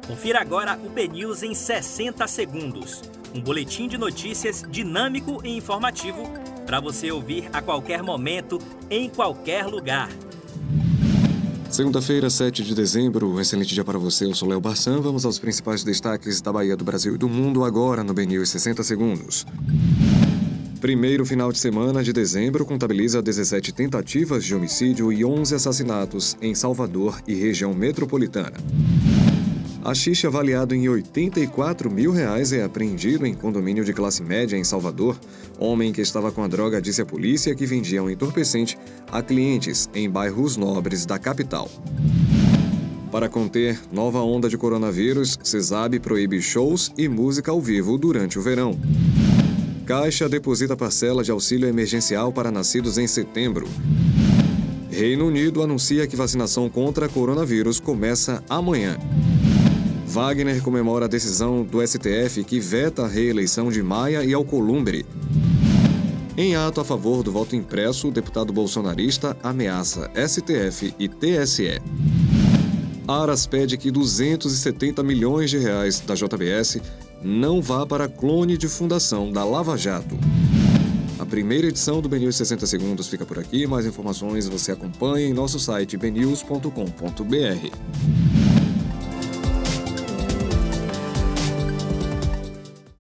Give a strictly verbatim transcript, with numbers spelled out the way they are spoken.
Confira agora o B News em sessenta segundos. Um boletim de notícias dinâmico e informativo para você ouvir a qualquer momento, em qualquer lugar. Segunda-feira, sete de dezembro, um excelente dia para você. Eu sou Léo Barçan. Vamos aos principais destaques da Bahia, do Brasil e do mundo agora no B News sessenta segundos. Primeiro final de semana de dezembro contabiliza dezessete tentativas de homicídio e onze assassinatos em Salvador e região metropolitana. Haxixe avaliado em oitenta e quatro mil reais é apreendido em condomínio de classe média em Salvador. Homem que estava com a droga disse à polícia que vendia um entorpecente a clientes em bairros nobres da capital. Para conter nova onda de coronavírus, CESAB proíbe shows e música ao vivo durante o verão. Caixa deposita parcela de auxílio emergencial para nascidos em setembro. Reino Unido anuncia que vacinação contra coronavírus começa amanhã. Wagner comemora a decisão do S T F que veta a reeleição de Maia e Alcolumbre. Em ato a favor do voto impresso, o deputado bolsonarista ameaça S T F e T S E. Aras pede que duzentos e setenta milhões de reais da J B S não vá para clone de fundação da Lava Jato. A primeira edição do B News sessenta segundos fica por aqui. Mais informações você acompanha em nosso site b news ponto com ponto b r.